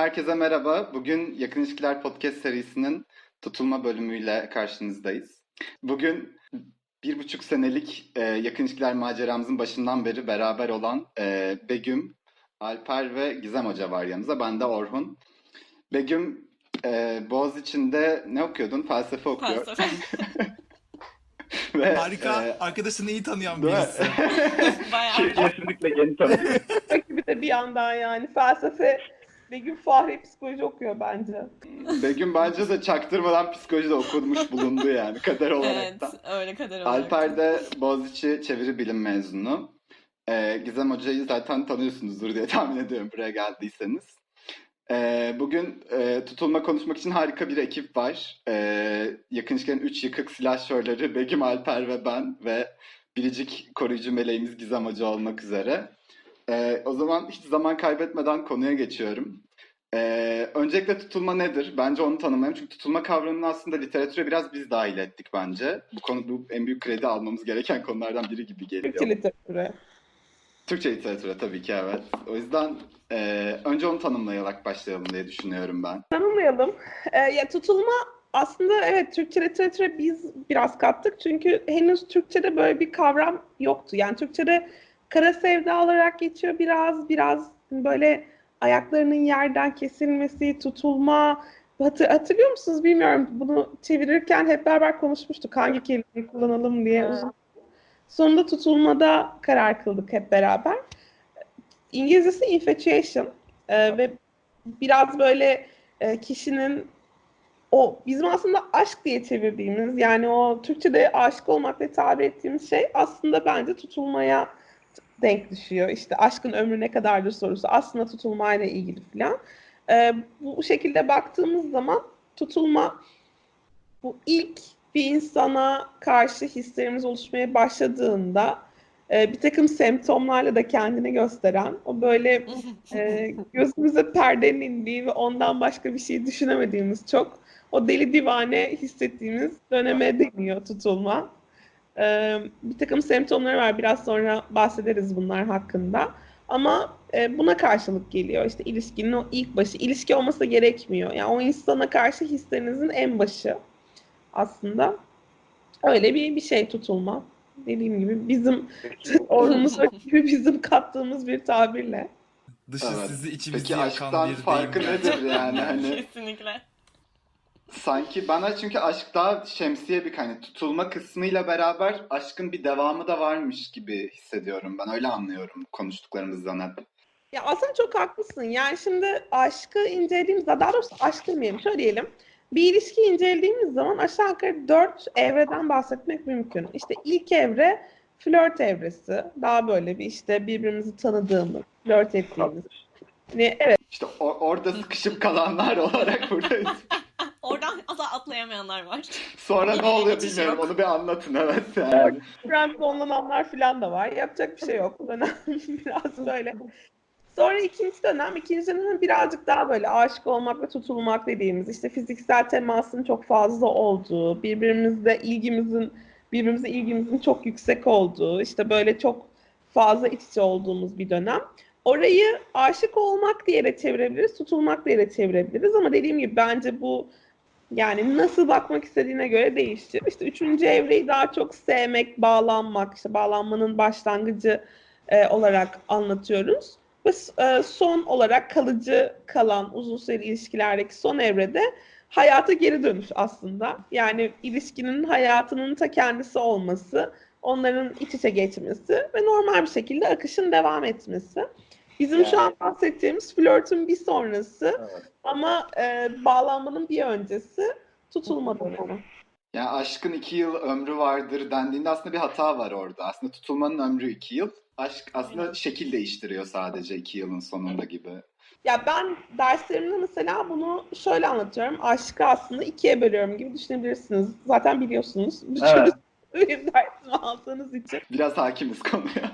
Herkese merhaba. Bugün Yakın İlişkiler Podcast serisinin tutulma bölümüyle karşınızdayız. Bugün 1,5 senelik yakın ilişkiler maceramızın başından beri beraber olan Begüm, Alper ve Gizem Hoca var yanımızda. Ben de Orhun. Begüm Boğaziçi'nde ne okuyordun? Felsefe okuyor. Felsefe. Ve, Harika. Arkadaşını iyi tanıyan değil mi? birisi. Bayağı. Kesinlikle yeni tanıdım. Bir de bir yandan yani felsefe Begüm Fahri psikoloji okuyor bence. Begüm bence de çaktırmadan psikoloji de okumuş bulundu yani kader olarak Evet, da. öyle kader olarak. Alper de Boğaziçi Çeviri Bilim mezunu. Gizem Hoca'yı zaten tanıyorsunuzdur diye tahmin ediyorum buraya geldiyseniz. Bugün tutulma konuşmak için harika bir ekip var. Yakın ilişkilerin 3 yıkık silahşörleri Begüm, Alper ve ben ve biricik koruyucu meleğimiz Gizem Hoca olmak üzere. O zaman hiç zaman kaybetmeden konuya geçiyorum. Öncelikle tutulma nedir? Bence onu tanımlayalım. Çünkü tutulma kavramını aslında literatüre biraz biz dahil ettik bence. Bu en büyük kredi almamız gereken konulardan biri gibi geliyor. Türkçe literatüre. Türkçe literatüre tabii ki evet. O yüzden önce onu tanımlayarak başlayalım diye düşünüyorum ben. Tanımlayalım. Ya tutulma aslında evet Türkçe literatüre biz biraz kattık. Çünkü henüz Türkçe'de böyle bir kavram yoktu. Yani Türkçe'de kara sevda olarak geçiyor biraz böyle ayaklarının yerden kesilmesi, tutulma. Hatırlıyor musunuz bilmiyorum. Bunu çevirirken hep beraber konuşmuştuk. Hangi kelimeyi kullanalım diye. Uzun. Sonunda tutulmada karar kıldık hep beraber. İngilizcesi infatuation ve biraz böyle kişinin o bizim aslında aşk diye çevirdiğimiz yani o Türkçe'de aşık olmak diye tabir ettiğimiz şey aslında bence tutulmaya denk düşüyor. İşte aşkın ömrü ne kadardır sorusu aslında tutulmayla ilgili falan. Bu şekilde baktığımız zaman tutulma bu ilk bir insana karşı hislerimiz oluşmaya başladığında bir takım semptomlarla da kendini gösteren o böyle gözümüze perdenin indiği ve ondan başka bir şey düşünemediğimiz çok o deli divane hissettiğimiz döneme deniyor tutulma. Bir takım semptomları var. Biraz sonra bahsederiz bunlar hakkında. Ama buna karşılık geliyor. İşte ilişkinin o ilk başı. İlişki olması gerekmiyor. Yani o insana karşı hislerinizin en başı aslında. Öyle bir şey tutulma. Dediğim gibi bizim gibi bizim kattığımız bir tabirle. Dışı Evet. sizi içimizi Peki yakan aşktan bir farkı deyim. nedir yani? Hani Kesinlikle. sanki bana çünkü aşk daha şemsiye bir hani tutulma kısmıyla beraber aşkın bir devamı da varmış gibi hissediyorum ben. Öyle anlıyorum konuştuklarımızdan hep. Ya aslında çok haklısın. Yani şimdi aşkı incelediğimizde, daha doğrusu aşk demeyelim, şöyle diyelim. Bir ilişkiyi incelediğimiz zaman aşağı yukarı 4 evreden bahsetmek mümkün. İşte ilk evre flört evresi. Daha böyle bir işte birbirimizi tanıdığımız, flört ettiğimiz. Yani evet, İşte orada sıkışıp kalanlar olarak buradayız. Oradan asla atlayamayanlar var. Sonra ne oluyor Geçiş bilmiyorum. yok. Onu bir anlatın evet. Yani. trend onlananlar falan da var. Yapacak bir şey yok. Bu dönem biraz böyle. Sonra ikinci dönem birazcık daha böyle aşık olmak ve tutulmak dediğimiz işte fiziksel temasın çok fazla olduğu, birbirimize ilgimizin çok yüksek olduğu, işte böyle çok fazla iç içe olduğumuz bir dönem. Orayı aşık olmak diye de çevirebiliriz, tutulmak diye de çevirebiliriz ama dediğim gibi bence bu yani nasıl bakmak istediğine göre değişir. İşte üçüncü evreyi daha çok sevmek, bağlanmak, işte bağlanmanın başlangıcı olarak anlatıyoruz. Ve son olarak kalıcı kalan uzun süreli ilişkilerdeki son evrede hayata geri dönüş aslında. Yani ilişkinin hayatının ta kendisi olması, onların iç içe geçmesi ve normal bir şekilde akışın devam etmesi. Bizim şu an bahsettiğimiz flörtün bir sonrası ama bağlanmanın bir öncesi tutulma dönemi. Yani aşkın 2 yıl ömrü vardır dendiğinde aslında bir hata var orada. Aslında tutulmanın ömrü 2 yıl. Aşk aslında şekil değiştiriyor sadece 2 yılın sonunda gibi. Ya ben derslerimde mesela bunu şöyle anlatıyorum. Aşkı aslında ikiye bölüyorum gibi düşünebilirsiniz. Zaten biliyorsunuz. Evet. Benim dersimi aldığınız için. Biraz hakimiz konuya.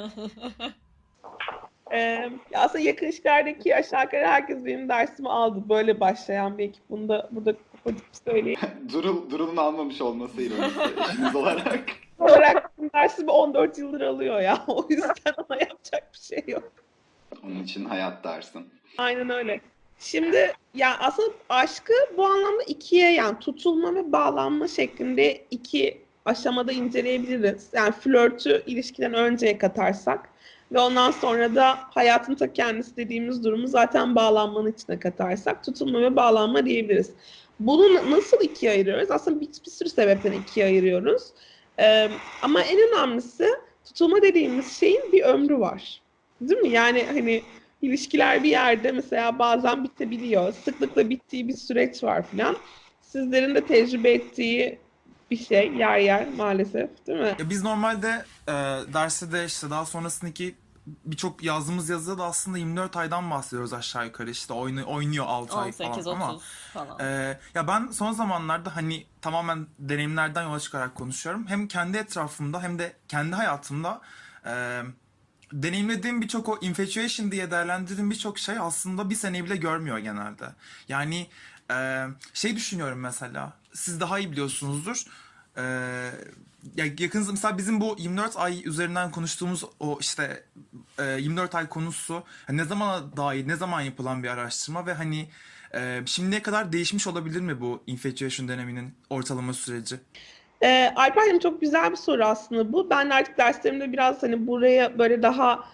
Aslında yakın ilişkilerdeki aşağı yukarı herkes benim dersimi aldı. Böyle başlayan bir ekip. Bunu da burada söyleyeyim. Durul'un almamış olması ironisi eşiniz olarak. Olarak dersimi 14 yıldır alıyor ya. O yüzden ona yapacak bir şey yok. Onun için hayat dersin. Aynen öyle. Şimdi yani aslında aşkı bu anlamda ikiye, yani tutulma ve bağlanma şeklinde iki aşamada inceleyebiliriz. Yani flörtü ilişkiden önceye katarsak ve ondan sonra da hayatın ta kendisi dediğimiz durumu zaten bağlanmanın içine katarsak tutulma ve bağlanma diyebiliriz. Bunu nasıl ikiye ayırıyoruz? Aslında bir sürü sebepten ikiye ayırıyoruz. Ama en önemlisi, tutulma dediğimiz şeyin bir ömrü var. Değil mi? Yani hani ilişkiler bir yerde mesela bazen bitebiliyor. Sıklıkla bittiği bir süreç var filan. Sizlerin de tecrübe ettiği bir şey yer yer maalesef, değil mi? Ya biz normalde derste de işte daha sonrasındaki birçok yazdığımız yazıda da aslında 24 aydan bahsediyoruz aşağı yukarı. İşte oynuyor 6 ay falan 18-30 ama falan. ya ben son zamanlarda hani tamamen deneyimlerden yola çıkarak konuşuyorum. Hem kendi etrafımda hem de kendi hayatımda deneyimlediğim birçok o infatuation diye değerlendirdiğim birçok şey aslında bir seneyi bile görmüyor genelde. Yani şey düşünüyorum mesela, siz daha iyi biliyorsunuzdur. E, Ya yakın mesela bizim bu 24 ay üzerinden konuştuğumuz o işte 24 ay konusu hani ne zamana dair, ne zaman yapılan bir araştırma ve hani şimdiye kadar değişmiş olabilir mi bu infatuation döneminin ortalama süreci? Alper'cim, çok güzel bir soru aslında bu. Ben de artık derslerimde biraz hani buraya böyle daha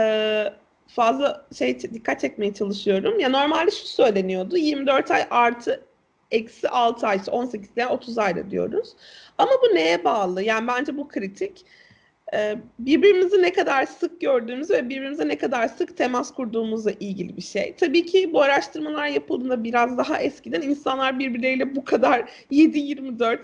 fazla dikkat çekmeye çalışıyorum. Ya normalde şu söyleniyordu: 24 ay artı eksi 6 ay, işte 18 ile 30 ayda diyoruz. Ama bu neye bağlı? Yani bence bu kritik. Birbirimizi ne kadar sık gördüğümüz ve birbirimize ne kadar sık temas kurduğumuzla ilgili bir şey. Tabii ki bu araştırmalar yapıldığında biraz daha eskiden insanlar birbirleriyle bu kadar 7-24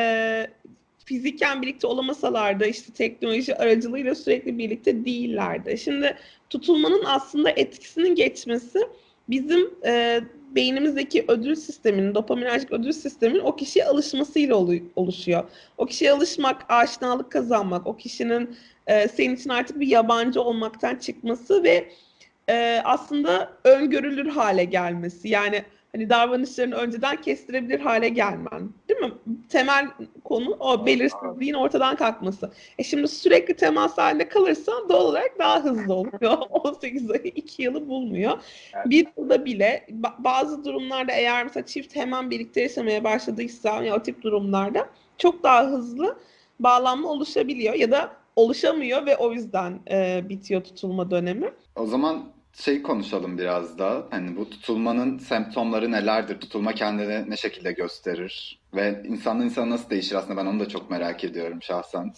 fiziken birlikte olamasalar da işte teknoloji aracılığıyla sürekli birlikte değillerdi. Şimdi tutulmanın aslında etkisinin geçmesi bizim beynimizdeki ödül sisteminin, dopaminerjik ödül sisteminin o kişiye alışmasıyla oluşuyor. O kişiye alışmak, aşinalık kazanmak, o kişinin senin için artık bir yabancı olmaktan çıkması ve aslında öngörülür hale gelmesi. Yani hani davranışlarını önceden kestirebilir hale gelmen. Değil mi? Temel konu o belirsizliğin ortadan kalkması. Şimdi sürekli temas halinde kalırsan doğal olarak daha hızlı oluyor. 18 ayı 2 yılı bulmuyor. Evet. Bir yılda bile bazı durumlarda, eğer mesela çift hemen birlikte yaşamaya başladıysa ya o tip durumlarda çok daha hızlı bağlanma oluşabiliyor ya da oluşamıyor ve o yüzden bitiyor tutulma dönemi. O zaman şey konuşalım biraz da. Hani bu tutulmanın semptomları nelerdir? Tutulma kendini ne şekilde gösterir? Ve insandan insana nasıl değişir? Aslında ben onu da çok merak ediyorum şahsen.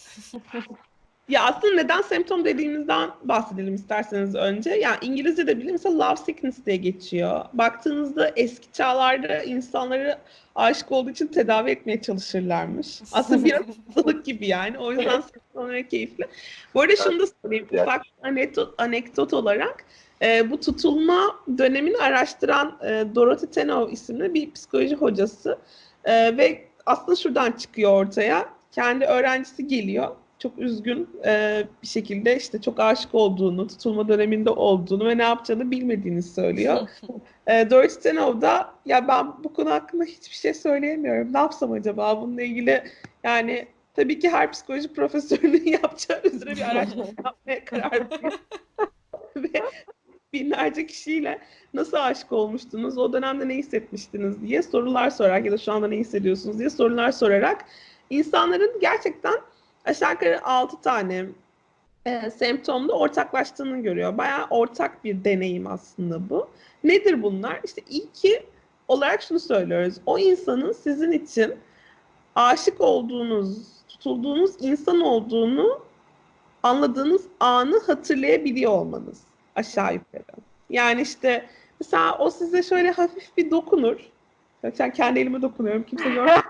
Ya aslında neden semptom dediğimizden bahsedelim isterseniz önce. Yani İngilizce'de bile mesela love sickness diye geçiyor. Baktığınızda eski çağlarda insanları aşık olduğu için tedavi etmeye çalışırlarmış. Aslında bir hastalık gibi yani. O yüzden semptom ve keyifli. Bu arada şunu da söyleyeyim. Evet. Ufak bir anekdot olarak bu tutulma dönemini araştıran Dorothy Tennov isimli bir psikoloji hocası ve aslında şuradan çıkıyor ortaya. Kendi öğrencisi geliyor. Çok üzgün bir şekilde işte çok aşık olduğunu, tutulma döneminde olduğunu ve ne yapacağını bilmediğini söylüyor. Dorothy Tennov da ya ben bu konu hakkında hiçbir şey söyleyemiyorum. Ne yapsam acaba bununla ilgili, yani tabii ki her psikoloji profesörünün yapacağı üzere bir araştırma yapmaya karar veriyor. Ve binlerce kişiyle nasıl aşık olmuştunuz, o dönemde ne hissetmiştiniz diye sorular sorarak ya da şu anda ne hissediyorsunuz diye sorular sorarak insanların gerçekten aşağı yukarı 6 tane semptomda ortaklaştığını görüyor. Bayağı ortak bir deneyim aslında bu. Nedir bunlar? İşte ilki olarak şunu söylüyoruz: o insanın sizin için aşık olduğunuz, tutulduğunuz insan olduğunu anladığınız anı hatırlayabiliyor olmanız aşağı yukarı. Yani işte mesela o size şöyle hafif bir dokunur. Ben kendi elime dokunuyorum, kimse görmüyor.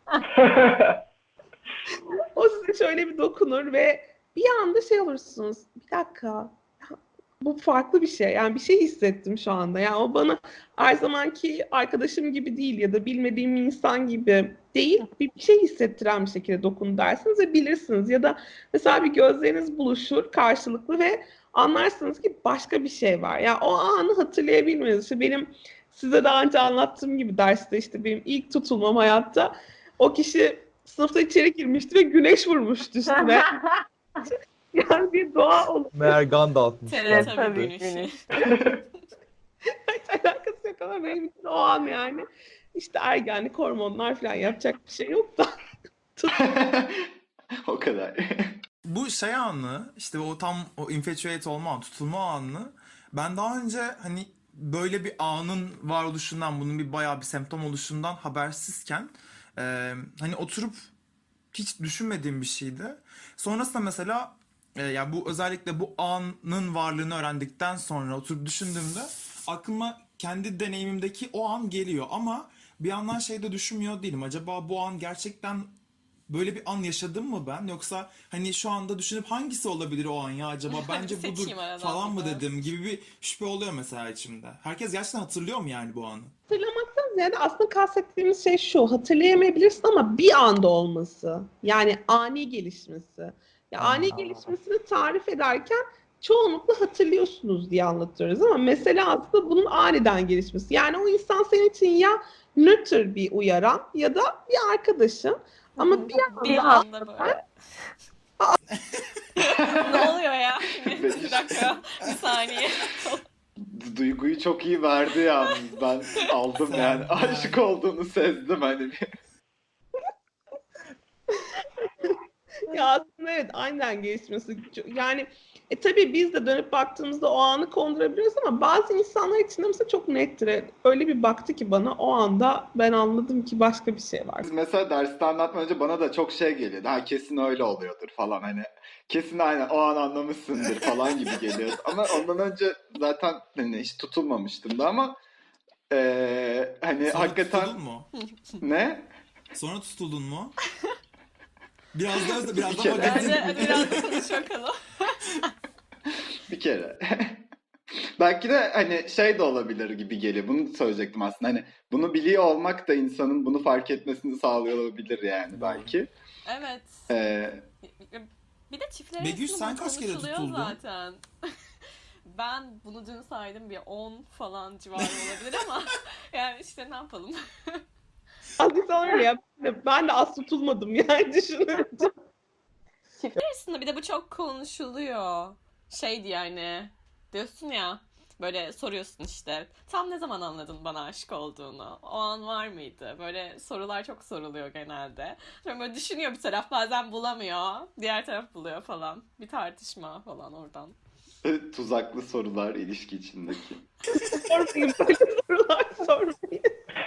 O size şöyle bir dokunur ve bir anda şey olursunuz. Bir dakika, bu farklı bir şey. Yani bir şey hissettim şu anda. Yani o bana her zamanki arkadaşım gibi değil ya da bilmediğim bir insan gibi değil. Bir şey hissettiren bir şekilde dokun dersiniz ve bilirsiniz. Ya da mesela bir gözleriniz buluşur karşılıklı ve anlarsınız ki başka bir şey var. Yani o anı hatırlayabilmeniz. İşte benim size daha önce anlattığım gibi derste işte benim ilk tutulmam hayatta, o kişi sınıfta içeri girmişti ve güneş vurmuştu üstüne. Yani bir doğa olur. Meğer Gandalf'mış. Tabii gerçekten. güneşi. Hiç alakası yok Ama benim için o an yani işte ergenlik, hormonlar falan yapacak bir şey yok da. O kadar. Bu şey anı, işte o tam o infatuate olma anı, tutulma anı, ben daha önce hani böyle bir anın varoluşundan, bunun bir bayağı bir semptom oluşundan habersizken hani oturup hiç düşünmediğim bir şeydi. Sonrasında mesela yani bu özellikle bu anın varlığını öğrendikten sonra oturup düşündüğümde aklıma kendi deneyimimdeki o an geliyor, ama bir yandan şey de düşünmüyor değilim. Acaba bu an gerçekten böyle bir an yaşadım mı ben, yoksa hani şu anda düşünüp hangisi olabilir o an ya acaba, bence budur Seçeyim aradan falan mı bir de. dedim gibi bir şüphe oluyor mesela içimde. Herkes gerçekten hatırlıyor mu yani bu anı? Hatırlamaktan ziyade aslında kastettiğimiz şey şu: hatırlayamayabilirsin ama bir anda olması. Yani ani gelişmesi. Ya ani gelişmesini tarif ederken çoğunlukla hatırlıyorsunuz diye anlatıyoruz ama mesele aslında bunun aniden gelişmesi. Yani o insan senin için ya nötr bir uyaran ya da bir arkadaşın, ama bir Bir anda anda böyle. Ne oluyor ya? Bir dakika, bir saniye. Duyguyu çok iyi verdi yalnız. Ben aldım yani. Sen ben. Aşık olduğunu sezdim hani. ya aslında evet, aynen gelişmesi. Yani tabii biz de dönüp baktığımızda o anı kondurabiliyoruz ama bazı insanlar için de mesela çok nettir. Öyle bir baktı ki bana, o anda ben anladım ki başka bir şey var. Biz mesela derste anlatmadan önce bana da çok şey geliyordu. Ha kesin öyle oluyordur falan hani. Kesin aynen o an anlamışsındır falan gibi geliyordu. Ama ondan önce zaten hani hiç tutulmamıştım da ama hani Sonra hakikaten tutuldun mu? ne? Sonra tutuldun mu? Biraz daha, biraz Bir daha kere. magazin. Bence hadi biraz da konuş bakalım. Bir kere. Belki de hani şey de olabilir gibi geliyor. Bunu söyleyecektim aslında. Hani bunu biliyor olmak da insanın bunu fark etmesini sağlıyor olabilir yani Doğru. belki. Evet. Ee, Bir de çiftler Begüş, arasında sen bu kaç kere konuşuluyor tutuldun? zaten. Ben bunu dün saydım, bir 10 falan civarı olabilir ama yani işte ne yapalım. Aslında öyle ya. Ben de az tutulmadım yani düşününce. Çiftler arasında bir de bu çok konuşuluyor. Şeydi yani, diyorsun ya, böyle soruyorsun işte, tam ne zaman anladın bana aşık olduğunu? O an var mıydı? Böyle sorular çok soruluyor genelde. Sonra böyle düşünüyor bir taraf, bazen bulamıyor. Diğer taraf buluyor falan. Bir tartışma falan oradan. tuzaklı sorular ilişki içindeki. Sormayın, böyle sorular sormayın.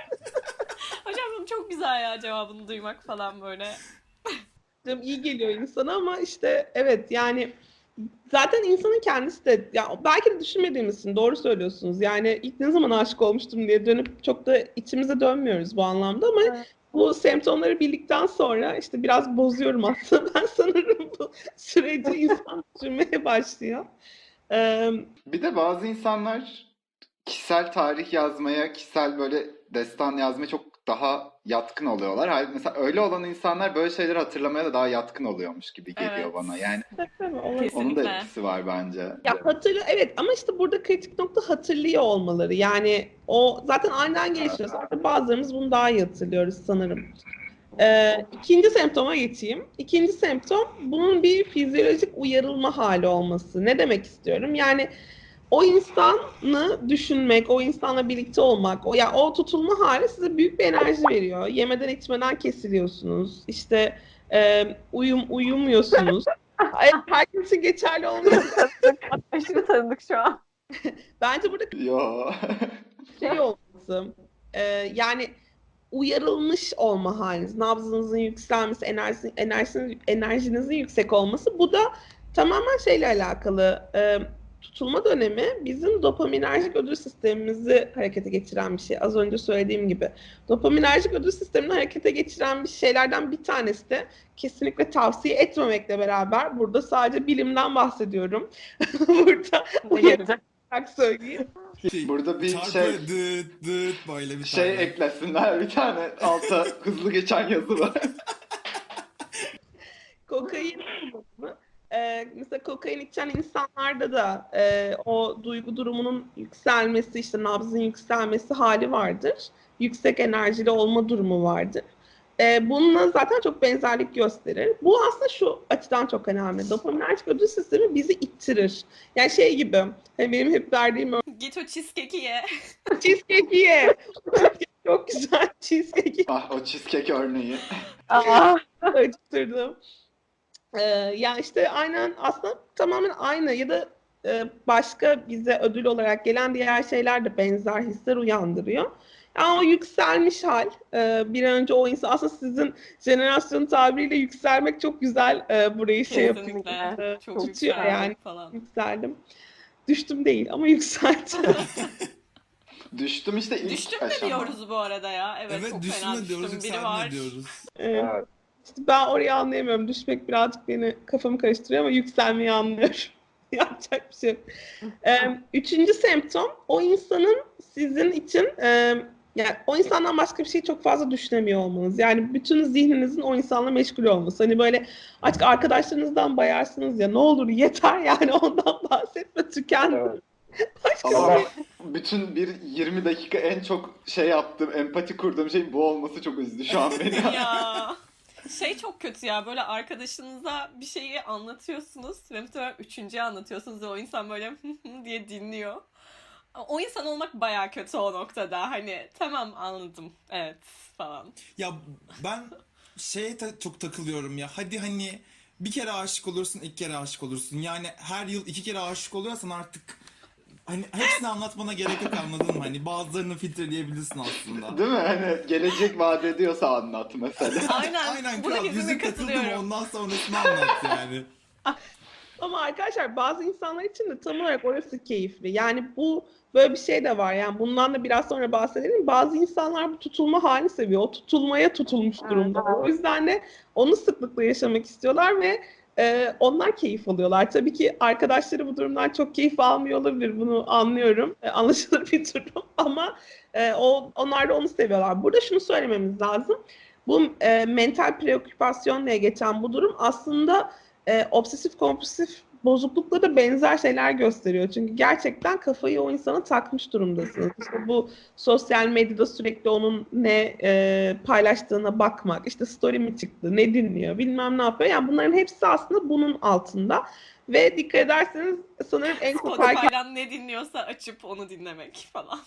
Hocam bu çok güzel ya, cevabını duymak falan böyle. Canım iyi geliyor insana ama işte evet yani zaten insanın kendisi de, ya belki de düşünmediğimiz için doğru söylüyorsunuz. Yani ilk ne zaman aşık olmuştum diye dönüp çok da içimize dönmüyoruz bu anlamda ama bu semptomları bildikten sonra işte biraz bozuyorum aslında. Ben sanırım bu süreci insan düşünmeye başlıyor. Ee, Bir de bazı insanlar kişisel tarih yazmaya, kişisel böyle destan yazmaya çok daha yatkın oluyorlar. Halbuki mesela öyle olan insanlar böyle şeyleri hatırlamaya da daha yatkın oluyormuş gibi geliyor Evet. bana. Yani tabii, olabilir. onun da Kesinlikle. etkisi var bence. Ya evet, ama işte burada kritik nokta hatırlıyor olmaları. Yani o zaten aniden gelişiyor. Zaten bazılarımız bunu daha iyi hatırlıyoruz sanırım. İkinci semptoma geçeyim. İkinci semptom, bunun bir fizyolojik uyarılma hali olması. Ne demek istiyorum? Yani o insanı düşünmek, o insanla birlikte olmak, o tutulma hali size büyük bir enerji veriyor. Yemeden içmeden kesiliyorsunuz. İşte uyumuyorsunuz. Herkes için geçerli olmuyor. Aşırı tanıdık şu an. Bence burada Yo. şey olması, yani uyarılmış olma haliniz, nabzınızın yükselmesi, enerjinizin yüksek olması. Bu da tamamen şeyle alakalı. Tutulma dönemi bizim dopaminerjik ödül sistemimizi harekete geçiren bir şey. Az önce söylediğim gibi. Dopaminerjik ödül sistemini harekete geçiren bir şeylerden bir tanesi de, kesinlikle tavsiye etmemekle beraber, burada sadece bilimden bahsediyorum. Burada uyararak söyleyeyim. Burada bir Çarpı şey dıt dıt böyle bir şey tane. eklesinler, bir tane alta hızlı geçen yazı var. Kokain kullanımı. Mesela kokain içen insanlarda da o duygu durumunun yükselmesi, işte nabzın yükselmesi hali vardır. Yüksek enerjili olma durumu vardır. Bununla zaten çok benzerlik gösterir. Bu aslında şu açıdan çok önemli. Dopaminerjik ödül sistemi bizi ittirir. Yani şey gibi, hani benim hep verdiğim Git o cheesecake'i ye. cheesecake ye. Çok güzel cheesecake. Ah, o cheesecake örneği. Acıtırdım. Ya işte aynen, aslında tamamen aynı ya da başka bize ödül olarak gelen diğer şeyler de benzer hisler uyandırıyor. Yani o yükselmiş hal, bir an önce o insan, aslında sizin jenerasyon tabiriyle yükselmek çok güzel, burayı şey yapıyor. Kesinlikle. Çok Tutuyor yükseldim yani. falan. Yükseldim. Düştüm değil ama yükseldim. Düştüm işte ilk Düştüm de aşama. diyoruz bu arada ya. Evet, Evet, çok düştüm fena de diyoruz, düştüm. Biri yükselme var. de diyoruz. Evet. İşte ben orayı anlayamıyorum. Düşmek birazcık beni, kafamı karıştırıyor ama yükselmeyi anlıyorum. Yapacak bir şey yok. Üçüncü semptom, o insanın sizin için yani o insandan başka bir şey çok fazla düşünemiyor olmanız. Yani bütün zihninizin o insanla meşgul olması. Hani böyle artık arkadaşlarınızdan bayarsınız ya, ne olur yeter yani, ondan bahsetme, tüken. Evet. Başka Ama bir bütün bir 20 dakika en çok şey yaptığım, empati kurduğum şeyin bu olması çok üzdü şu an beni. Ya şey çok kötü ya, böyle arkadaşınıza bir şeyi anlatıyorsunuz ve muhtemelen üçüncüye anlatıyorsunuz ve o insan böyle diye dinliyor. O insan olmak baya kötü o noktada. Hani tamam, anladım, evet falan. Ya ben çok takılıyorum ya. Hadi hani bir kere aşık olursun, iki kere aşık olursun. Yani her yıl iki kere aşık oluyorsan artık hani hepsini anlatmana gerek yok, anladın mı? Hani bazılarını filtreleyebilirsin aslında. Değil mi? Hani gelecek vaat ediyorsa anlat mesela. Aynen, Aynen buna kral, kesinlikle yüzük takıldı mı katılıyorum. ondan sonrasını anlat yani. Ama arkadaşlar, bazı insanlar için de tam olarak orası keyifli. Yani bu, böyle bir şey de var. Yani bundan da biraz sonra bahsedelim. Bazı insanlar bu tutulma halini seviyor. O tutulmaya tutulmuş durumda. O yüzden de onu sıklıkla yaşamak istiyorlar ve onlar keyif alıyorlar. Tabii ki arkadaşları bu durumdan çok keyif almıyor olabilir. Bunu anlıyorum. Anlaşılır bir durum ama onlar da onu seviyorlar. Burada şunu söylememiz lazım. Bu mental preoküpasyon diye geçen bu durum aslında obsesif kompulsif bozuklukla da benzer şeyler gösteriyor. Çünkü gerçekten kafayı o insana takmış durumdasınız. İşte bu sosyal medyada sürekli onun ne paylaştığına bakmak, işte story mi çıktı, ne dinliyor, bilmem ne yapıyor. Yani bunların hepsi aslında bunun altında. Ve dikkat ederseniz sanırım en çok herkes Spotify'dan ne dinliyorsa açıp onu dinlemek falan.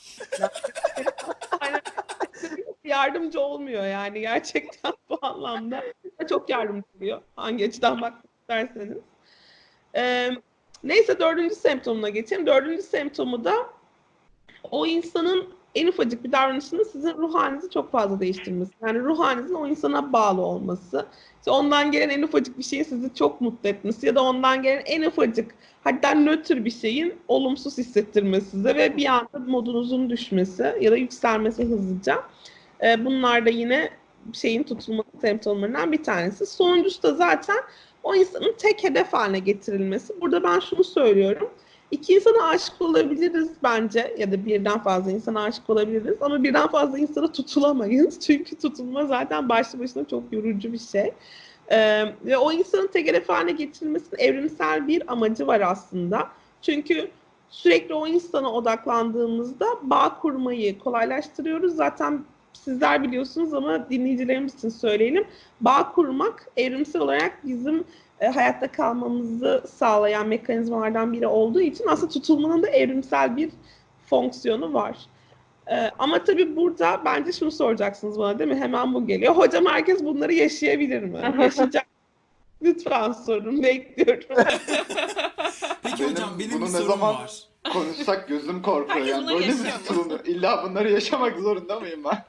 yardımcı olmuyor yani, gerçekten bu anlamda. Çok yardımcı oluyor hangi açıdan bakmak isterseniz. Neyse, dördüncü semptomuna geçeyim. Dördüncü semptomu da o insanın en ufacık bir davranışının sizin ruh halinizi çok fazla değiştirmesi. Yani ruh halinizin o insana bağlı olması. İşte ondan gelen en ufacık bir şeyin sizi çok mutlu etmesi ya da ondan gelen en ufacık, hatta nötr bir şeyin olumsuz hissettirmesi size ve bir anda modunuzun düşmesi ya da yükselmesi hızlıca. Bunlar da yine şeyin, tutulma semptomlarından bir tanesi. Sonuncusu da zaten o insanın tek hedef haline getirilmesi. Burada ben şunu söylüyorum. İki insana aşık olabiliriz bence ya da birden fazla insana aşık olabiliriz ama birden fazla insana tutulamayız. Çünkü tutulma zaten başlı başına çok yorucu bir şey. Ve o insanın tek hedef haline getirilmesinin evrimsel bir amacı var aslında. Çünkü sürekli o insana odaklandığımızda bağ kurmayı kolaylaştırıyoruz. Zaten sizler biliyorsunuz ama dinleyicilerimiz için söyleyelim. Bağ kurmak evrimsel olarak bizim hayatta kalmamızı sağlayan mekanizmalardan biri olduğu için aslında tutulmanın da evrimsel bir fonksiyonu var. Ama tabii burada bence şunu soracaksınız bana, değil mi? Hemen bu geliyor. Hocam, herkes bunları yaşayabilir mi? Yaşayacak. Lütfen sorun, bekliyorum. Peki hocam, benim bunu bir ne sorum zaman var. konuşsak gözüm korkuyor. Herkes Yani bunları böyle mi yaşıyor mu? tutulunur? İlla bunları yaşamak zorunda mıyım ben?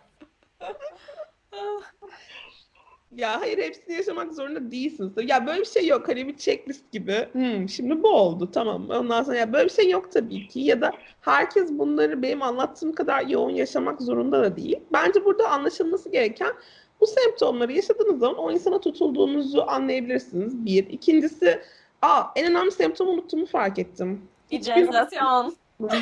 Ya hayır, hepsini yaşamak zorunda değilsiniz. Ya böyle bir şey yok. Hani bir checklist gibi. Şimdi bu oldu, tamam. Ondan sonra ya böyle bir şey yok tabii ki. Ya da herkes bunları benim anlattığım kadar yoğun yaşamak zorunda da değil. Bence burada anlaşılması gereken, bu semptomları yaşadığınız zaman o insana tutulduğunuzu anlayabilirsiniz. Bir. İkincisi, en önemli semptomu unuttuğumu fark ettim. İdealizasyon.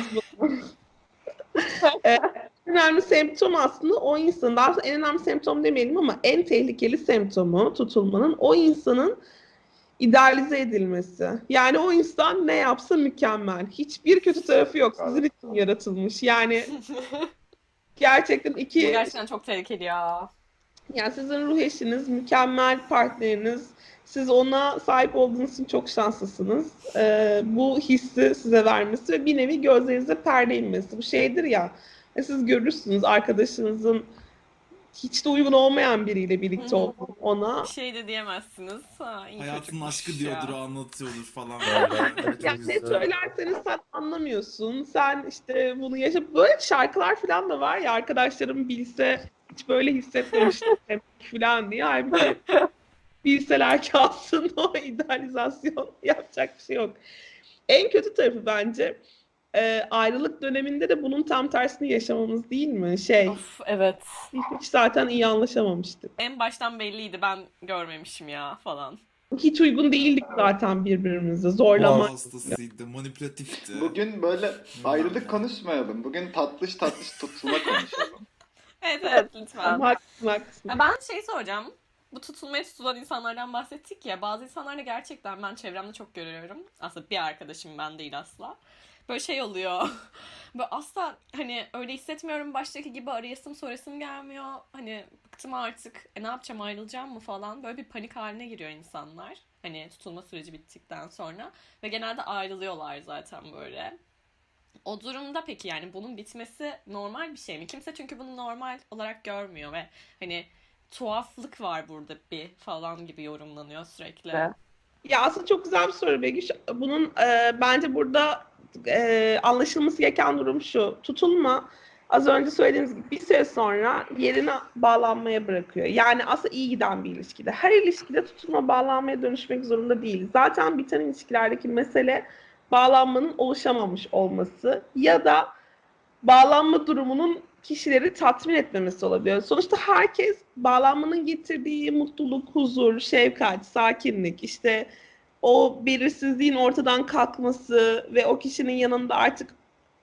En önemli semptom aslında o insanın, daha doğrusu en önemli semptom demeyelim ama en tehlikeli semptomu tutulmanın o insanın idealize edilmesi. Yani o insan ne yapsa mükemmel. Hiçbir kötü tarafı yok. Sizin için yaratılmış. Yani gerçekten Bu gerçekten çok tehlikeli ya. Yani sizin ruh eşiniz, mükemmel partneriniz. Siz ona sahip olduğunuz için çok şanslısınız. Bu hissi size vermesi ve bir nevi gözlerinize perde inmesi. Bu şeydir ya, siz görürsünüz arkadaşınızın hiç de uygun olmayan biriyle Hı birlikte hı. olduğunu ona. Bir şey de diyemezsiniz. Ha, iyi Hayatının aşkı çocukmuş diyordur, ya. o anlatıyordur falan Evet, böyle. evet, Yani çok ne güzel. söylerseniz sen anlamıyorsun. Sen işte bunu yaşa. Böyle şarkılar falan da var ya, arkadaşlarım bilse hiç böyle hissetmemiştim falan diye. Halbuki bilseler ki aslında o idealizasyon, yapacak bir şey yok. En kötü tarafı bence ayrılık döneminde de bunun tam tersini yaşamamız değil mi? Of evet. Hiç zaten iyi anlaşamamıştık. En baştan belliydi, ben görmemişim ya falan. Hiç uygun değildik zaten birbirimize. Ruh Zorlama. hastasıydı, manipülatifti. Bugün böyle Bilmem ayrılık ne. konuşmayalım. Bugün tatlış tatlış tutulma konuşalım. Evet evet lütfen. Haklısın, haklısın. Ya ben şey soracağım. Bu tutulmaya tutulan insanlardan bahsettik ya. Bazı insanlarda gerçekten ben çevremde çok görüyorum. Aslında bir arkadaşım, ben değil asla. Böyle şey oluyor. Böyle asla hani öyle hissetmiyorum, baştaki gibi arayasım sorasım gelmiyor. Hani bıktım artık. Ne yapacağım, ayrılacağım mı falan. Böyle bir panik haline giriyor insanlar. Hani tutulma süreci bittikten sonra. Ve genelde ayrılıyorlar zaten böyle. O durumda peki yani bunun bitmesi normal bir şey mi? Kimse çünkü bunu normal olarak görmüyor ve hani tuhaflık var burada bir falan gibi yorumlanıyor sürekli. Evet. Ya aslında çok güzel bir soru Begüş. Bunun bence burada anlaşılması gereken durum şu. Tutulma, az önce söylediğiniz gibi bir süre sonra yerine bağlanmaya bırakıyor. Yani aslında iyi giden bir ilişkide. Her ilişkide tutulma bağlanmaya dönüşmek zorunda değil. Zaten biten ilişkilerdeki mesele bağlanmanın oluşamamış olması ya da bağlanma durumunun kişileri tatmin etmemesi olabiliyor. Sonuçta herkes bağlanmanın getirdiği mutluluk, huzur, şefkat, sakinlik, işte o belirsizliğin ortadan kalkması ve o kişinin yanında artık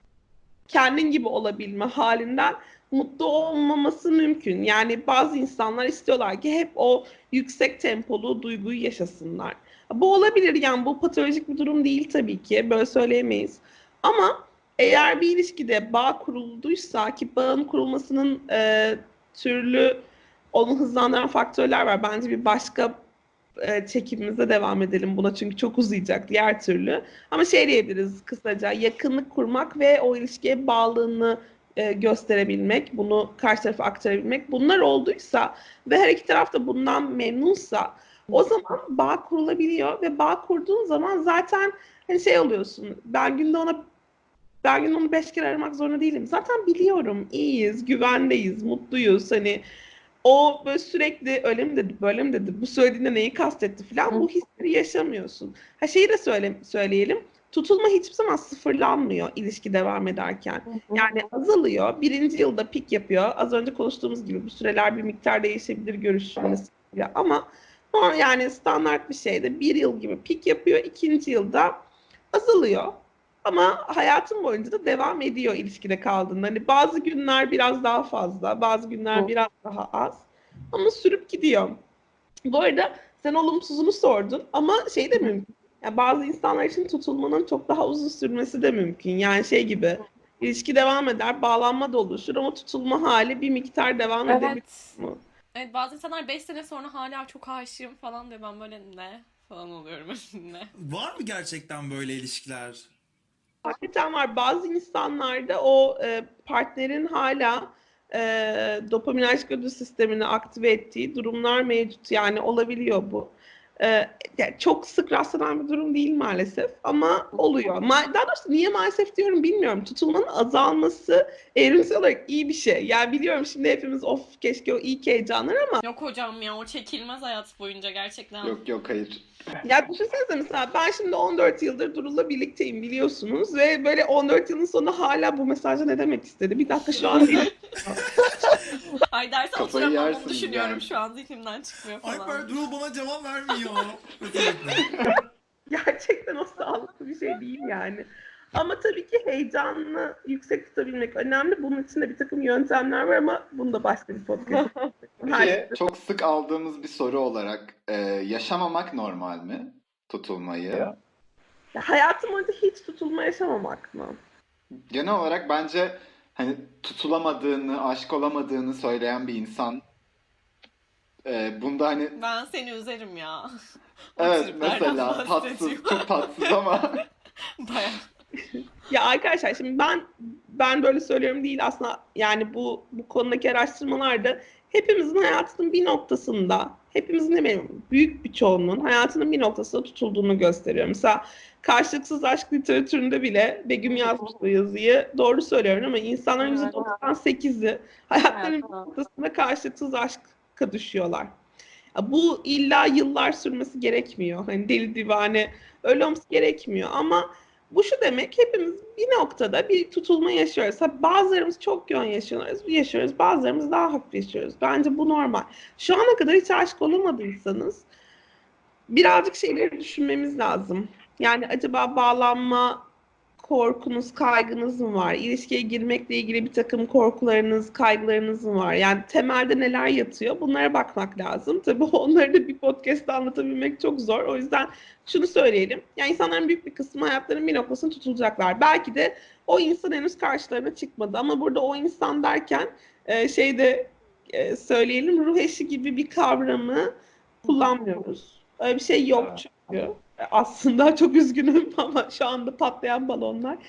kendin gibi olabilme halinden mutlu olmaması mümkün. Yani bazı insanlar istiyorlar ki hep o yüksek tempolu duyguyu yaşasınlar. Bu olabilir, yani bu patolojik bir durum değil tabii ki, böyle söyleyemeyiz. Ama eğer bir ilişkide bağ kurulduysa, ki bağın kurulmasının türlü onu hızlandıran faktörler var. Bence bir başka çekimimize devam edelim buna, çünkü çok uzayacak diğer türlü. Ama şey diyebiliriz kısaca, yakınlık kurmak ve o ilişkiye bağlılığını gösterebilmek, bunu karşı tarafa aktarabilmek. Bunlar olduysa ve her iki taraf da bundan memnunsa o zaman bağ kurulabiliyor ve bağ kurduğun zaman zaten hani şey oluyorsun. Ben günde onu 5 kere aramak zorunda değilim. Zaten biliyorum, iyiyiz, güvendeyiz, mutluyuz. Hani o böyle sürekli öyle mi dedi, böyle mi dedi, bu söylediğinde neyi kastetti falan, bu hisleri yaşamıyorsun. Ha şeyi de söyleyelim. Tutulma hiçbir zaman sıfırlanmıyor ilişki devam ederken. Yani azalıyor. Birinci yılda pik yapıyor. Az önce konuştuğumuz gibi bu süreler bir miktar değişebilir görüşülmesi. Ama yani standart bir şeyde bir yıl gibi pik yapıyor. İkinci yılda azalıyor. Ama hayatın boyunca da devam ediyor ilişkide kaldığında. Hani bazı günler biraz daha fazla, bazı günler biraz daha az. Ama sürüp gidiyor. Bu arada sen olumsuzunu sordun ama şey de mümkün. Yani bazı insanlar için tutulmanın çok daha uzun sürmesi de mümkün. Yani şey gibi, ilişki devam eder, bağlanma da oluşur ama tutulma hali bir miktar devam edebilir Evet. mi? Evet, bazı insanlar 5 sene sonra hala çok aşığım falan diyor. Ben böyle ne falan oluyorum. Ne? Var mı gerçekten böyle ilişkiler? Hakikaten var. Bazı insanlarda o partnerin hala dopaminerjik ödül sistemini aktive ettiği durumlar mevcut. Yani olabiliyor bu. Yani çok sık rastlanan bir durum değil maalesef ama oluyor. Daha doğrusu niye maalesef diyorum bilmiyorum. Tutulmanın azalması evrimsel olarak iyi bir şey. Yani biliyorum şimdi hepimiz of keşke o ilk heyecanlar ama Yok hocam ya, o çekilmez hayat boyunca gerçekten. Yok yok hayır. ya düşünsenize, mesela ben şimdi 14 yıldır Durul'la birlikteyim biliyorsunuz ve böyle 14 yılın sonunda hala bu mesajı ne demek istedi? Bir dakika şu an değil. Ay derse Kafayı oturamam, onu yersiniz düşünüyorum yani. şu an, zihnimden çıkmıyor falan. Alper Duru bana cevap vermiyor. Özellikle. Gerçekten o sağlıklı bir şey değil yani. Ama tabii ki heyecanını yüksek tutabilmek önemli. Bunun için de bir takım yöntemler var ama bunu da başka bir podcast. Peki çok sık aldığımız bir soru olarak yaşamamak normal mi? Tutulmayı. Ya. Hayatım boyunca hiç tutulma yaşamamak mı? Genel olarak bence hani tutulamadığını, aşık olamadığını söyleyen bir insan Bunda hani Ben seni üzerim ya. O evet triplerden mesela tatsız, bahsediyor. çok tatsız ama Baya. Ya arkadaşlar şimdi ben böyle söylüyorum değil aslında, yani bu konudaki araştırmalarda hepimizin hayatının bir noktasında, hepimizin demeyelim, büyük bir çoğunluğun hayatının bir noktasında tutulduğunu gösteriyor. Mesela karşılıksız aşk literatüründe bile Begüm yazmış bu yazıyı. Doğru söylüyorum ama insanların Evet. %98'i hayatlarının Evet. bir noktasında karşılıksız aşka düşüyorlar. Ya bu illa yıllar sürmesi gerekmiyor. Hani deli divane öyle olması gerekmiyor ama bu şu demek, hepimiz bir noktada bir tutulma yaşıyoruz. Bazılarımız çok yoğun yaşıyoruz, bazılarımız daha hafif yaşıyoruz. Bence bu normal. Şu ana kadar hiç aşık olamadıysanız birazcık şeyleri düşünmemiz lazım. Yani acaba bağlanma korkunuz, kaygınız mı var? İlişkiye girmekle ilgili bir takım korkularınız, kaygılarınız mı var? Yani temelde neler yatıyor? Bunlara bakmak lazım. Tabii onları da bir podcast'ta anlatabilmek çok zor. O yüzden şunu söyleyelim. Yani insanların büyük bir kısmı hayatlarının bir noktasına tutulacaklar. Belki de o insan henüz karşılarına çıkmadı. Ama burada o insan derken şeyde söyleyelim, ruh eşi gibi bir kavramı kullanmıyoruz. Öyle bir şey yok çünkü. Aslında çok üzgünüm ama şu anda patlayan balonlar.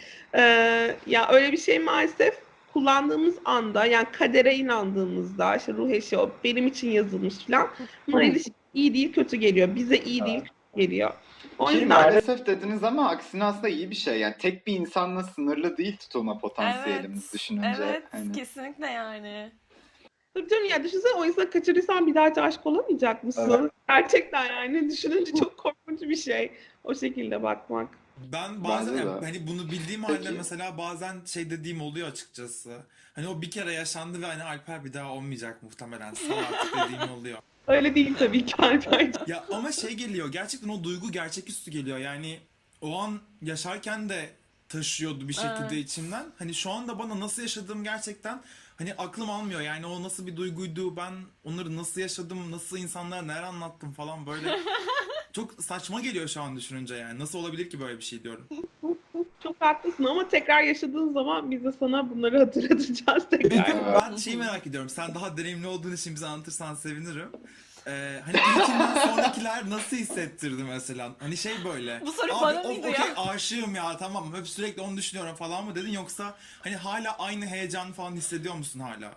Ya öyle bir şey maalesef kullandığımız anda, yani kadere inandığımızda, işte ruh eşi o benim için yazılmış falan, bunlar ilişki iyi değil kötü geliyor. Bize iyi değil kötü geliyor. O ki yüzden maalesef dediniz ama aksine aslında iyi bir şey. Yani tek bir insanla sınırlı değil tutulma potansiyelimiz Evet. düşününce. Evet. Hani. Kesinlikle yani. tabii canım, ya düşünsene o insanı kaçırırsan bir daha aşık olamayacak mısın? Gerçekten yani düşününce çok korkunç bir şey o şekilde bakmak. Ben bazen Bence de. hani bunu bildiğim halde Peki. mesela bazen şey dediğim oluyor açıkçası. Hani o bir kere yaşandı ve hani Alper bir daha olmayacak muhtemelen. Sal artık dediğim oluyor. Öyle değil tabii ki Alper. Ya ama şey geliyor, gerçekten o duygu gerçeküstü geliyor. Yani o an yaşarken de taşıyordu bir şekilde Evet. içimden. Hani şu anda bana nasıl yaşadığım gerçekten hani aklım almıyor. Yani o nasıl bir duyguydu, ben onları nasıl yaşadım, nasıl insanlara neler anlattım falan böyle. Çok saçma geliyor şu an düşününce yani. Nasıl olabilir ki böyle bir şey diyorum. Çok haklısın ama tekrar yaşadığın zaman biz de sana bunları hatırlatacağız Bir tekrar. gün ben şeyi merak ediyorum. Sen daha deneyimli olduğun için bize anlatırsan sevinirim. Hani ilkinden sonrakiler nasıl hissettirdi mesela? Hani şey böyle. Bu soru Abi bana mıydı okey ya? aşığım ya tamam hep sürekli onu düşünüyorum falan mı dedin yoksa hani hala aynı heyecan falan hissediyor musun hala?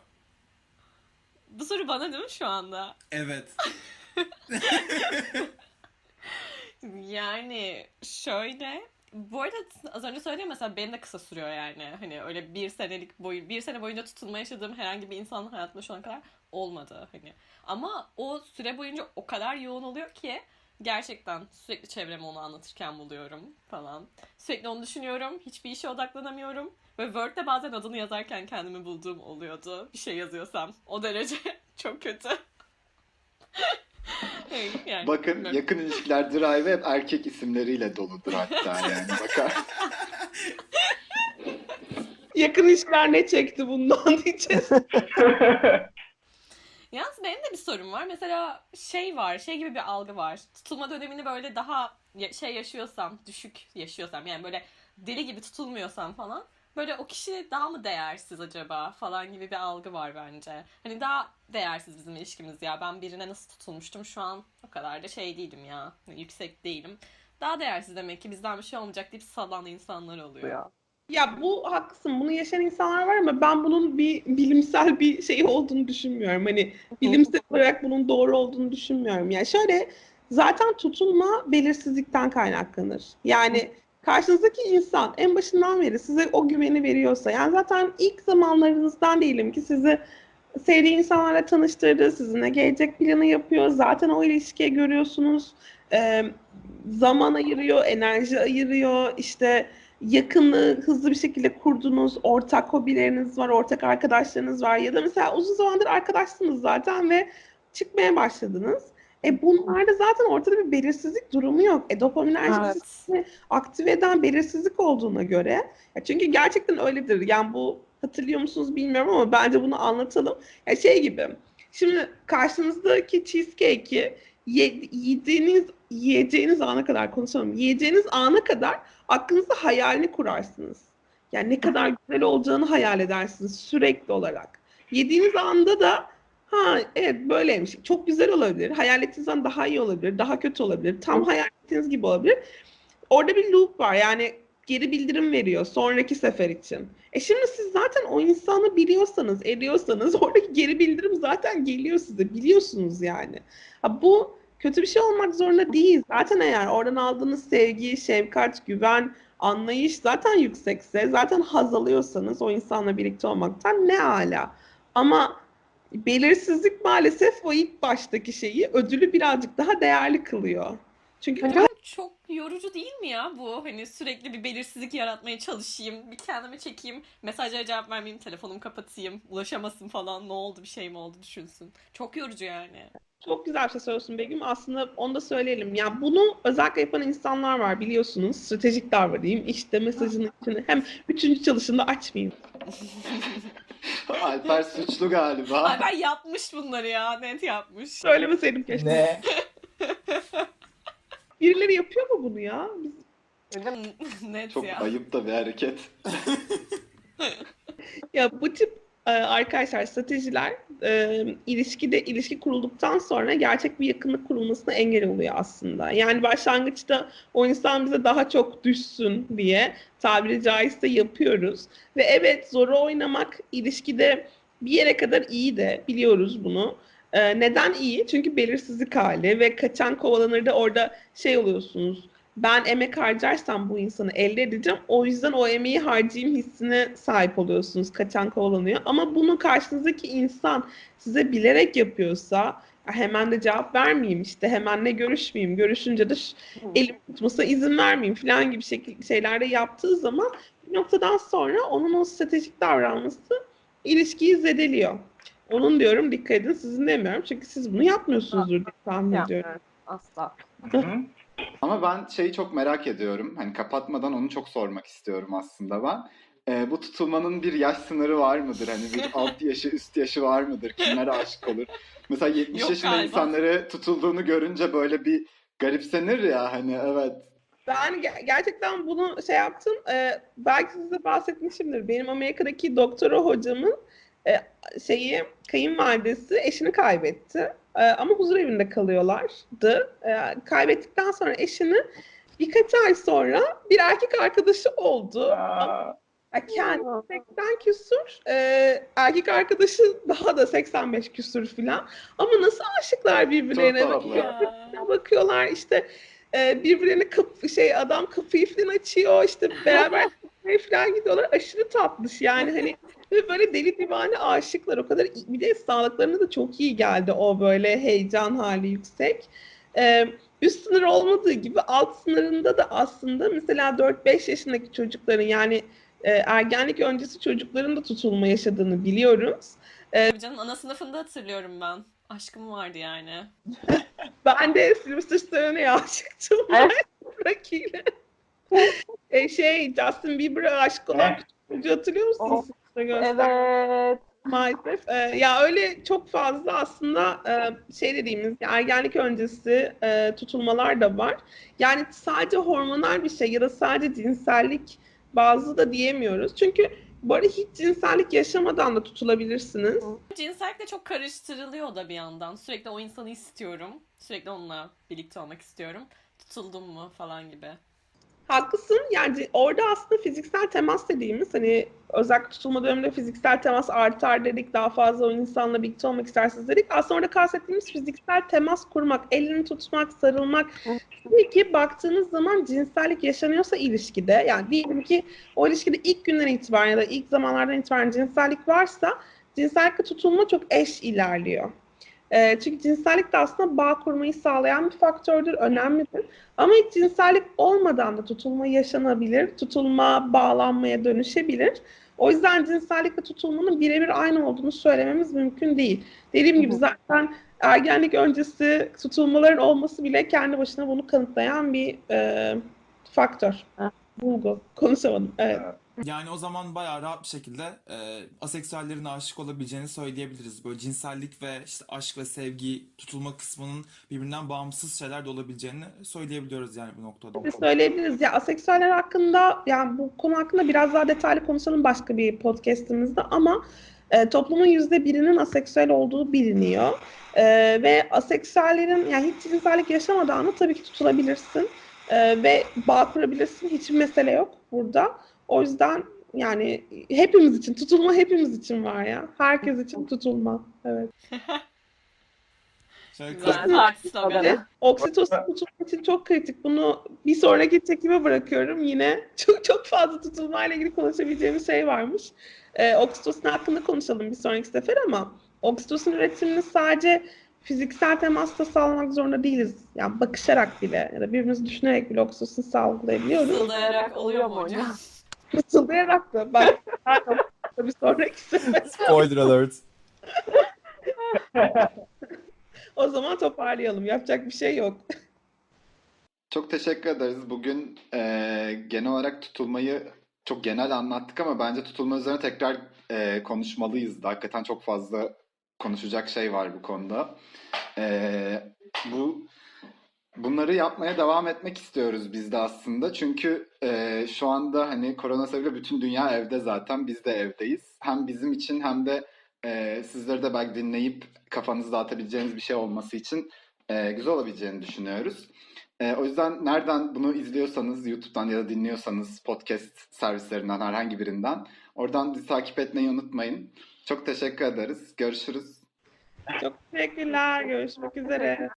Bu soru bana değil mi şu anda? Evet. Yani şöyle, bu arada az önce söyledim mesela benim de kısa sürüyor yani. Hani öyle bir sene boyunca tutulma yaşadığım herhangi bir insanın hayatımda şu ana kadar olmadı hani. Ama o süre boyunca o kadar yoğun oluyor ki gerçekten sürekli çevreme onu anlatırken buluyorum falan. Sürekli onu düşünüyorum. Hiçbir işe odaklanamıyorum. Ve Word'de bazen adını yazarken kendimi bulduğum oluyordu. Bir şey yazıyorsam. O derece çok kötü. Yani, Bakın bilmiyorum. yakın ilişkiler drive hep erkek isimleriyle doludur hatta yani bakar. Yakın ilişkiler ne çekti bundan diyeceğiz. Yalnız benim de bir sorum var. Mesela şey gibi bir algı var. Tutulma dönemini böyle daha şey yaşıyorsam, düşük yaşıyorsam yani böyle deli gibi tutulmuyorsam falan böyle o kişi daha mı değersiz acaba falan gibi bir algı var bence. Hani daha değersiz bizim ilişkimiz ya. Ben birine nasıl tutulmuştum şu an o kadar da şey değilim ya. Yüksek değilim. Daha değersiz demek ki bizden bir şey olmayacak deyip salan insanlar oluyor. Ya bu haklısın. Bunu yaşayan insanlar var ama ben bunun bir bilimsel bir şey olduğunu düşünmüyorum. Hani bilimsel olarak bunun doğru olduğunu düşünmüyorum. Yani şöyle, zaten tutulma belirsizlikten kaynaklanır. Yani karşınızdaki insan en başından beri size o güveni veriyorsa, yani zaten ilk zamanlarınızdan diyelim ki sizi sevdiği insanlarla tanıştırdı, sizinle gelecek planı yapıyor. Zaten o ilişkiye görüyorsunuz. Ee, Zaman ayırıyor, enerji ayırıyor. İşte yakınlığı hızlı bir şekilde kurdunuz. Ortak hobileriniz var, ortak arkadaşlarınız var. Ya da mesela uzun zamandır arkadaşsınız zaten ve çıkmaya başladınız. Bunlarda zaten ortada bir belirsizlik durumu yok. Dopamin Evet. sistemini aktive eden belirsizlik olduğuna göre. Çünkü gerçekten öyledir. Yani bu, hatırlıyor musunuz bilmiyorum ama bence bunu anlatalım. Şey gibi. Şimdi karşınızdaki cheesecake'i yiyeceğiniz ana kadar konuşalım. Yiyeceğiniz ana kadar aklınızda hayalini kurarsınız. Yani ne kadar güzel olacağını hayal edersiniz sürekli olarak. Yediğiniz anda da Ha evet böyleymiş. Çok güzel olabilir. Hayal ettiğinizden daha iyi olabilir. Daha kötü olabilir. Tam hayal ettiğiniz gibi olabilir. Orada bir loop var. Yani geri bildirim veriyor sonraki sefer için. Şimdi siz zaten o insanı biliyorsanız, ediyorsanız oradaki geri bildirim zaten geliyor size. Biliyorsunuz yani. Bu kötü bir şey olmak zorunda değil. Zaten eğer oradan aldığınız sevgi, şefkat, güven, anlayış zaten yüksekse, zaten haz alıyorsanız o insanla birlikte olmaktan ne âlâ. Ama belirsizlik maalesef o ilk baştaki şeyi, ödülü birazcık daha değerli kılıyor. Çünkü Ama çok yorucu değil mi ya bu? Hani sürekli bir belirsizlik yaratmaya çalışayım, bir kendimi çekeyim, mesajlara cevap vermeyeyim, telefonumu kapatayım, ulaşamasın falan, ne oldu, bir şey mi oldu düşünsün. Çok yorucu yani. çok güzel bir şey söylüyorsun Begüm. Aslında onu da söyleyelim. Yani bunu özellikle yapan insanlar var biliyorsunuz. Stratejik davranayım. İşte mesajın içine hem üçüncü çalışında açmayayım. Alper suçlu galiba. Ay ben yapmış bunları ya, net yapmış. Söylemeseydim keşke. Ne? Birileri yapıyor mu bunu ya? Net Çok ya. ayıp da bir hareket. Ya bu tip arkadaşlar stratejiler ilişki kurulduktan sonra gerçek bir yakınlık kurulmasına engel oluyor aslında. Yani başlangıçta o insan bize daha çok düşsün diye tabiri caizse yapıyoruz. Ve evet zoru oynamak ilişkide bir yere kadar iyi de biliyoruz bunu. Neden iyi? Çünkü belirsizlik hali ve kaçan kovalanır da orada şey oluyorsunuz. Ben emek harcarsam bu insanı elde edeceğim. O yüzden o emeği harcayayım hissine sahip oluyorsunuz. Kaçan kovalanıyor. Ama bunu karşınızdaki insan size bilerek yapıyorsa hemen de cevap vermeyeyim işte hemen de görüşmeyeyim. Görüşünce de elim tutmasına izin vermeyeyim falan gibi şeylerde yaptığı zaman bir noktadan sonra onun o stratejik davranması ilişkiyi zedeliyor. Onun diyorum dikkat edin sizin demiyorum. Çünkü siz bunu yapmıyorsunuzdur diye tahmin ediyorum. Yapmıyorum. Asla. Hı. Ama ben şeyi çok merak ediyorum. Hani kapatmadan onu çok sormak istiyorum aslında ben. Bu tutulmanın bir yaş sınırı var mıdır? Hani bir alt yaşı, üst yaşı var mıdır? Kimler aşık olur? Mesela 70 Yok yaşında galiba. insanları tutulduğunu görünce böyle bir garipsenir ya hani evet. Ben gerçekten bunu şey yaptım. Belki size bahsetmişimdir. Benim Amerika'daki doktora hocamın kayınvalidesi eşini kaybetti. Ama huzur evinde kalıyorlardı. Kaybettikten sonra eşini birkaç ay sonra bir erkek arkadaşı oldu. Kendi 80 küsur, erkek arkadaşı daha da 85 küsur falan. Ama nasıl aşıklar birbirlerine? Çok tatlı. Ya. Bakıyorlar işte birbirlerine adam kapıyı falan açıyor işte beraber falan gidiyorlar. Aşırı tatlış yani hani ve böyle deli divane aşıklar o kadar bir de sağlıklarına da çok iyi geldi o böyle heyecan hali yüksek. Üst sınır olmadığı gibi alt sınırında da aslında mesela 4-5 yaşındaki çocukların yani ergenlik öncesi çocukların da tutulma yaşadığını biliyoruz. Tabii canım ana sınıfında hatırlıyorum ben. Aşkım vardı yani. Ben de Sylvester Stallone'ye aşıktım. Rocky'yle. Justin Bieber'a aşık olan küçük çocuğu hatırlıyor musunuz? Evet. Maalesef. Ya öyle çok fazla aslında dediğimiz ergenlik öncesi tutulmalar da var. Yani sadece hormonal bir şey ya da sadece cinsellik bazı da diyemiyoruz. Çünkü bu arada hiç cinsellik yaşamadan da tutulabilirsiniz. Cinsellikle çok karıştırılıyor da bir yandan. Sürekli o insanı istiyorum. Sürekli onunla birlikte olmak istiyorum. Tutuldum mu falan gibi. Haklısın. Yani orada aslında fiziksel temas dediğimiz hani özellikle tutulma döneminde fiziksel temas artar dedik. Daha fazla o insanla birlikte olmak istersiniz dedik. Aslında orada kastettiğimiz fiziksel temas kurmak, elini tutmak, sarılmak. Tabii ki baktığınız zaman cinsellik yaşanıyorsa ilişkide yani diyelim ki o ilişkide ilk günden itibaren ya da ilk zamanlardan itibaren cinsellik varsa cinsellikle tutulma çok eş ilerliyor. Çünkü cinsellik de aslında bağ kurmayı sağlayan bir faktördür, önemlidir. Ama hiç cinsellik olmadan da tutulma yaşanabilir, tutulma bağlanmaya dönüşebilir. O yüzden cinsellikle tutulmanın birebir aynı olduğunu söylememiz mümkün değil. Dediğim gibi zaten ergenlik öncesi tutulmaların olması bile kendi başına bunu kanıtlayan bir faktör. Bulgu. Konuşamadım. Evet. Yani o zaman bayağı rahat bir şekilde aseksüellerin aşık olabileceğini söyleyebiliriz. Böyle cinsellik ve işte aşk ve sevgi tutulma kısmının birbirinden bağımsız şeyler de olabileceğini söyleyebiliyoruz yani bu noktada. Söyleyebiliriz. Ya aseksüeller hakkında yani bu konu hakkında biraz daha detaylı konuşalım başka bir podcast'imizde ama Toplumun %1'inin aseksüel olduğu biliniyor. Ve aseksüellerin yani hiç cinsellik yaşamadan tabii ki tutulabilirsin. Ve bağ kurabilirsin. Hiçbir mesele yok burada. O yüzden yani hepimiz için, tutulma hepimiz için var ya. Herkes için tutulma. Evet. Şöyle Güzel parti sloganı. Oksitosin tutulma için çok kritik. Bunu bir sonraki çekime bırakıyorum. Yine çok fazla tutulmayla ilgili konuşabileceğimiz şey varmış. Oksitosin hakkında konuşalım bir sonraki sefer ama oksitosin üretimini sadece fiziksel temasta sağlamak zorunda değiliz. Yani bakışarak bile ya da birbirimizi düşünerek bile oksitosin salgılayabiliyoruz. Fısıldayarak oluyor mu hocam? Fısıldayarak da. Bak, bir sonraki sefer. Spoiler alert. O zaman toparlayalım. Yapacak bir şey yok. Çok teşekkür ederiz. Bugün genel olarak tutulmayı çok genel anlattık ama bence tutulma üzerine tekrar konuşmalıyız da. Hakikaten çok fazla konuşacak şey var bu konuda. Bunları yapmaya devam etmek istiyoruz biz de aslında. Çünkü şu anda hani korona sebebiyle bütün dünya evde zaten. Biz de evdeyiz. Hem bizim için hem de sizleri de belki dinleyip kafanızı dağıtabileceğiniz bir şey olması için güzel olabileceğini düşünüyoruz. O yüzden nereden bunu izliyorsanız, YouTube'dan ya da dinliyorsanız podcast servislerinden herhangi birinden oradan bizi takip etmeyi unutmayın. Çok teşekkür ederiz. Görüşürüz. Çok teşekkürler. Görüşmek üzere.